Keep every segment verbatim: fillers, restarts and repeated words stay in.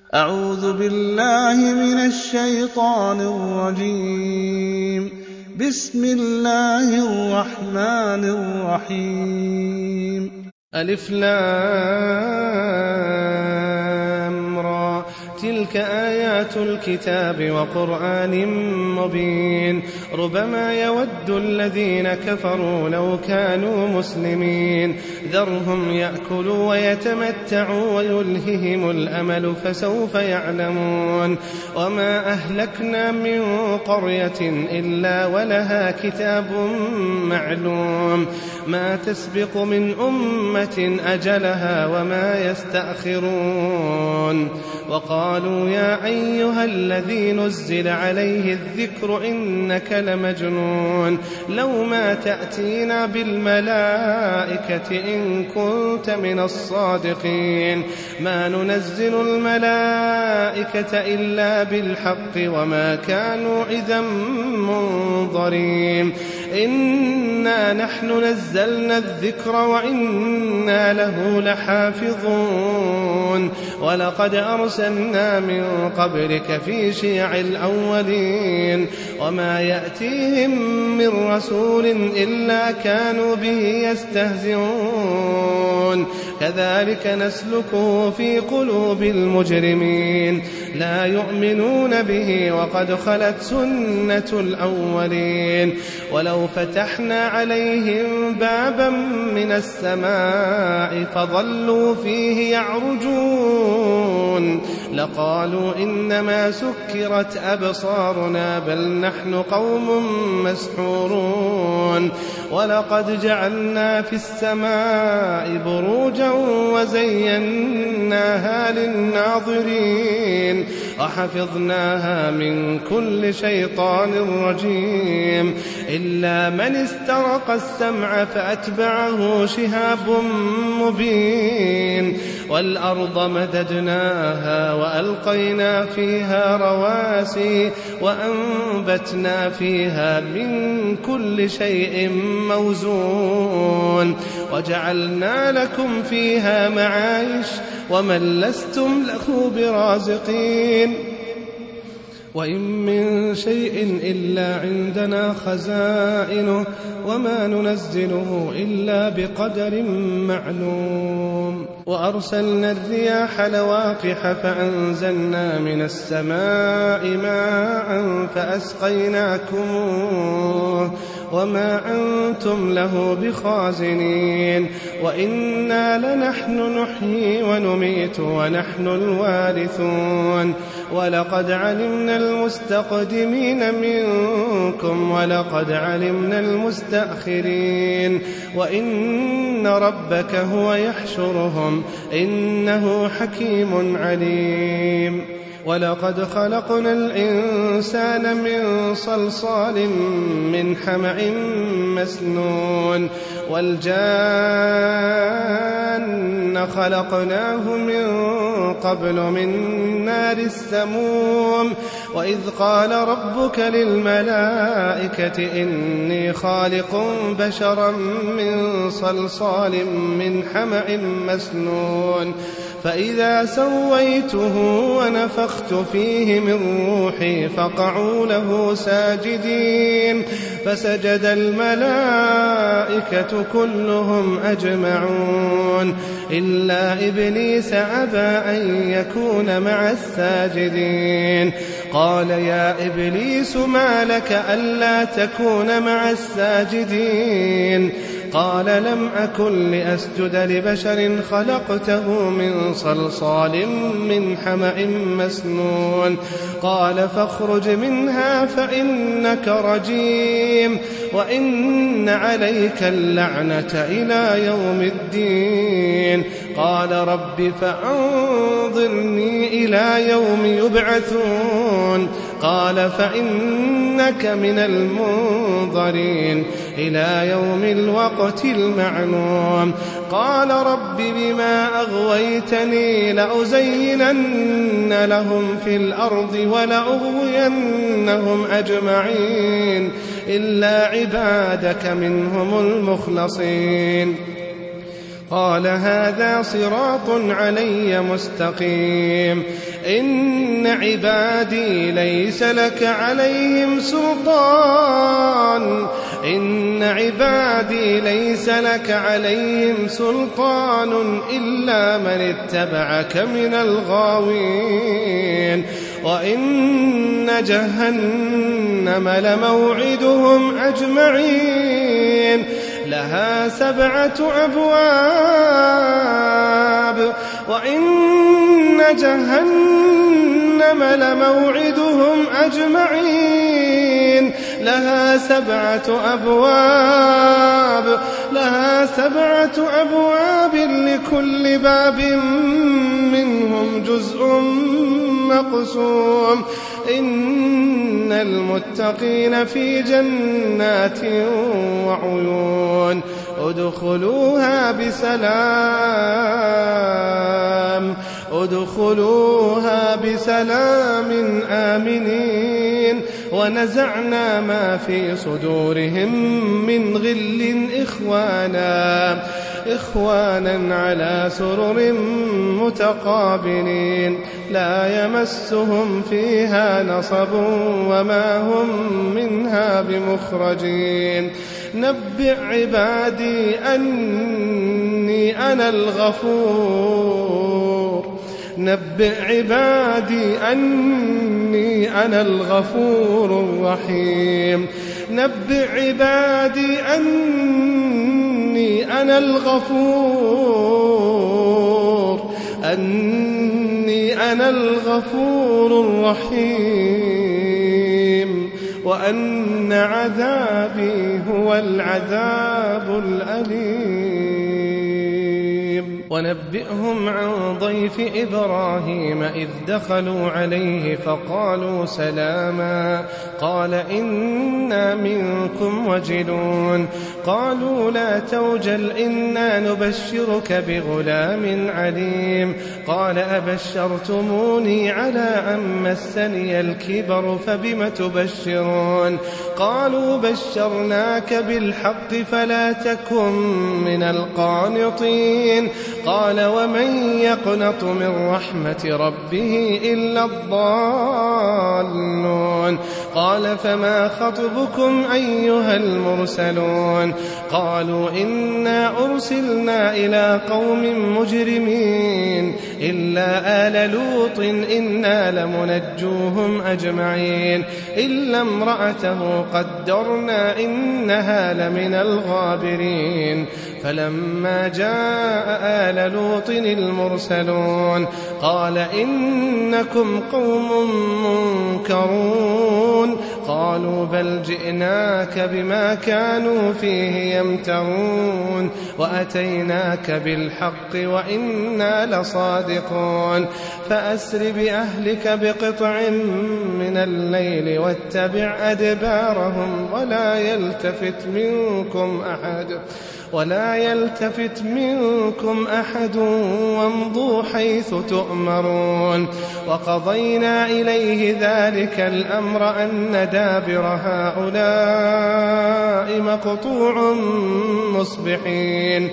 أعوذ بالله من الشيطان الرجيم. بسم الله الرحمن الرحيم. ألف لام را، تلك آيات الكتاب وقرآن مبين. ربما يود الذين كفروا لو كانوا مسلمين، ذرهم يأكلوا ويتمتعوا ويلههم الأمل فسوف يعلمون. وما أهلكنا من قرية إلا ولها كتاب معلوم، ما تسبق من أمة أجلها وما يستأخرون. وقالوا يا أيها الذي نزل عليه الذكر إنك لمجنون، لو ما تأتينا بالملائكة إن كنت من الصادقين. ما ننزل الملائكة إلا بالحق وما كانوا إذا منظرين. إنا نحن نزلنا الذكر وإنا له لحافظون. ولقد أرسلنا من قبلك في شيع الأولين، وما يأتيهم من رسول إلا كانوا به يستهزئون. كذلك نسلكه في قلوب المجرمين، لا يؤمنون به وقد خلت سنة الأولين. ولو فتحنا عليهم بابا من السماء فظلوا فيه يعرجون لقالوا إنما سكرت أبصارنا بل نحن قوم مسحورون. ولقد جعلنا في السماء بروجا وزيناها للناظرين وحفظناها من كل شيطان رجيم إلا من استرق السمع فأتبعه شهاب مبين. والأرض مددناها وألقينا فيها رواسي وأنبتنا فيها من كل شيء موزون وجعلنا لكم فيها معايش ومن لستم له برازقين. وإن من شيء إلا عندنا خزائنه وما ننزله إلا بقدر معلوم. وأرسلنا الرياح لواقح فأنزلنا من السماء ماء فأسقيناكموه وما أنتم له بخازنين. وإنا لنحن نحيي ونميت ونحن الوارثون. ولقد علمنا المستقدمين منكم ولقد علمنا المستأخرين. وإن ربك هو يحشرهم إنه حكيم عليم. ولقد خلقنا الإنسان من صلصال من حمأ مسنون والجان خلقناه من قبل من نار السموم. وإذ قال ربك للملائكة إني خالق بشرا من صلصال من حمأ مسنون فإذا سويته ونفخت فيه من روحي فقعوا له ساجدين. فسجد الملائكة كلهم أجمعون إلا إبليس أبى أن يكون مع الساجدين. قال يا إبليس ما لك ألا تكون مع الساجدين؟ قال لم أكن لأسجد لبشر خلقته من صلصال من حمأ مسنون. قال فاخرج منها فإنك رجيم وإن عليك اللعنة إلى يوم الدين. قال رب فأنظرني إلى يوم يبعثون. قال فإنك من المنظرين إلى يوم الوقت المعلوم. قال رب بما أغويتني لأزينن لهم في الأرض ولأغوينهم أجمعين إلا عبادك منهم المخلصين. قال هذا صراط علي مستقيم إن عبادي ليس لك عليهم سلطان إن عبادي ليس لك عليهم سلطان إلا من اتبعك من الغاوين وإن جهنم لموعدهم أجمعين لها سبعة أبواب وإن جهنم لموعدهم أجمعين لها سبعة أبواب لها سبعة أبواب لكل باب منهم جزء مقسوم إن المتقين في جنات وعيون ادخلوها بسلام ادخلوها بسلام آمنين ونزعنا ما في صدورهم من غل إخوانا إخوانا على سرر متقابلين لا يمسهم فيها نصب وما هم منها بمخرجين نبئ عبادي أني أنا الغفور نبئ عبادي أني أنا الغفور الرحيم نبئ عبادي أني أنا الغفور أني أنا الغفور الرحيم وأن عذابي هو العذاب الأليم ونبئهم عن ضيف إبراهيم إذ دخلوا عليه فقالوا سلاما قال إنا منكم وجلون قالوا لا توجل إنا نبشرك بغلام عليم قال أبشرتموني على أن مسني الكبر فبم تبشرون قالوا بشرناك بالحق فلا تكن من القانطين قال ومن يقنط من رحمة ربه إلا الضالون قال فما خطبكم أيها المرسلون قالوا إنا أرسلنا إلى قوم مجرمين إلا آل لوط إنا لمنجوهم أجمعين إلا امرأته قدرنا إنها لمن الغابرين فلما جاء آل لوط المرسلون قال إنكم قوم منكرون قالوا بل جئناك بما كانوا فيه يمترون وأتيناك بالحق وإنا لصادقون فأسر بأهلك بقطع من الليل واتبع أدبارهم ولا يلتفت منكم أحد ولا يلتفت منكم أحد وامضوا حيث تؤمرون وقضينا إليه ذلك الأمر أن دابر هؤلاء مقطوع مصبحين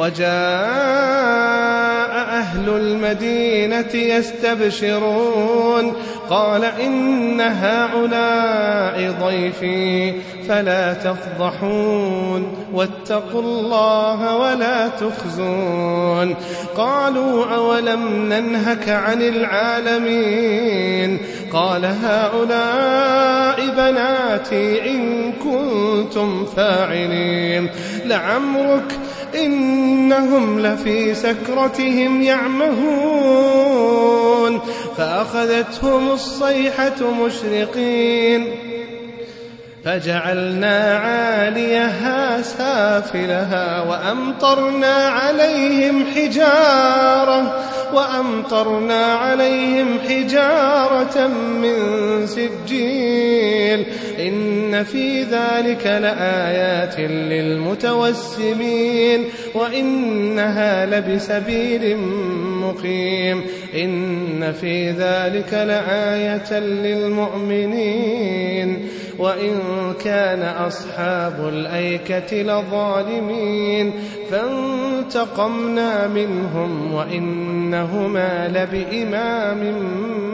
وجاء أهل المدينة يستبشرون قال إن هؤلاء ضيفي فلا تفضحون واتقوا الله ولا تخزون قالوا أولم ننهك عن العالمين قال هؤلاء بناتي إن كنتم فاعلين لعمرك إنهم لفي سكرتهم يعمهون فأخذتهم الصيحة مشرقين فجعلنا عاليها سافلها وأمطرنا عليهم حجارة وأمطرنا عليهم حجارة من سجيل إن في ذلك لآيات للمتوسمين وإنها لبسبيل مقيم إن في ذلك لآية للمؤمنين وإن كان أصحاب الأيكة لظالمين فانتقمنا منهم وإنهما لبإمام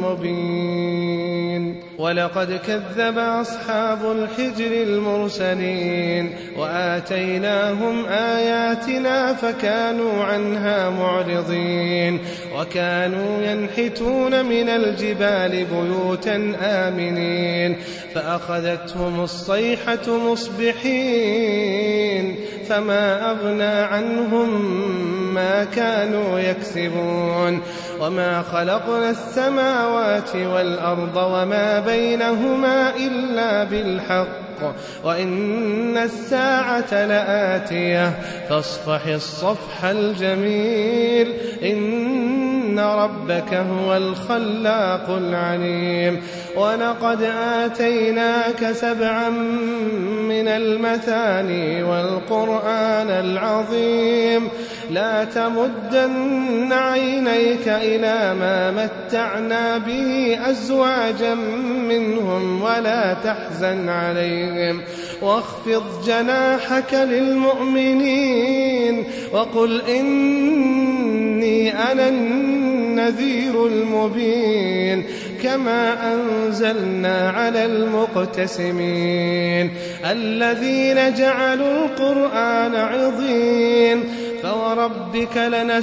مبين. ولقد كذب أصحاب الحجر المرسلين وآتيناهم آياتنا فكانوا عنها معرضين وكانوا ينحتون من الجبال بيوتا آمنين فأخذتهم الصيحة مصبحين فما أغنى عنهم ما كانوا يكسبون. وما خلقنا السماوات والأرض وما بينهما إلا بالحق وإن الساعة لآتية فاصفح الصفح الجميل إن ربك هو الخلاق العليم. ولقد آتيناك سبعا من المثاني والقرآن العظيم لا تمدن عينيك إلى ما متعنا به أزواجا منهم ولا تحزن عليهم واخفض جناحك للمؤمنين وقل إني أنا النذير المبين. كما أنزلنا على المقتسمين الذين جعلوا القرآن عضين فوربك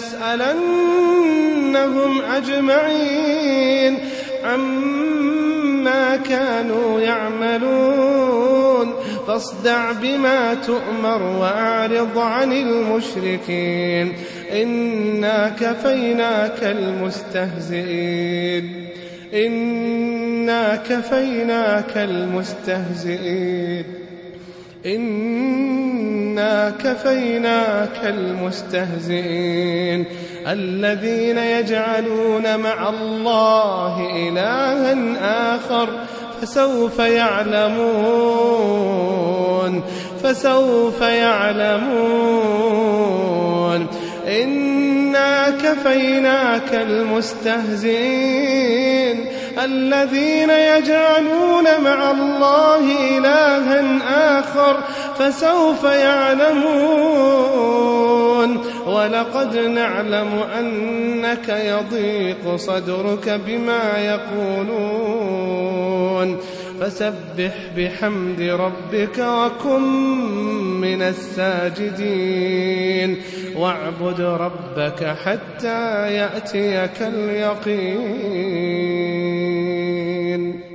لنسألنهم أجمعين عما كانوا يعملون. فاصدع بما تؤمر وأعرض عن المشركين إنا كفيناك المستهزئين إنا كفيناك المستهزئين إنا كفيناك المستهزئين الذين يجعلون مع الله إلها آخر فسوف يعلمون فسوف يعلمون. إنا كفيناك المستهزئين الذين يجعلون مع الله إلها آخر فسوف يعلمون. ولقد نعلم أنك يضيق صدرك بما يقولون فسبح بحمد ربك وكن من الساجدين واعبد ربك حتى يأتيك اليقين.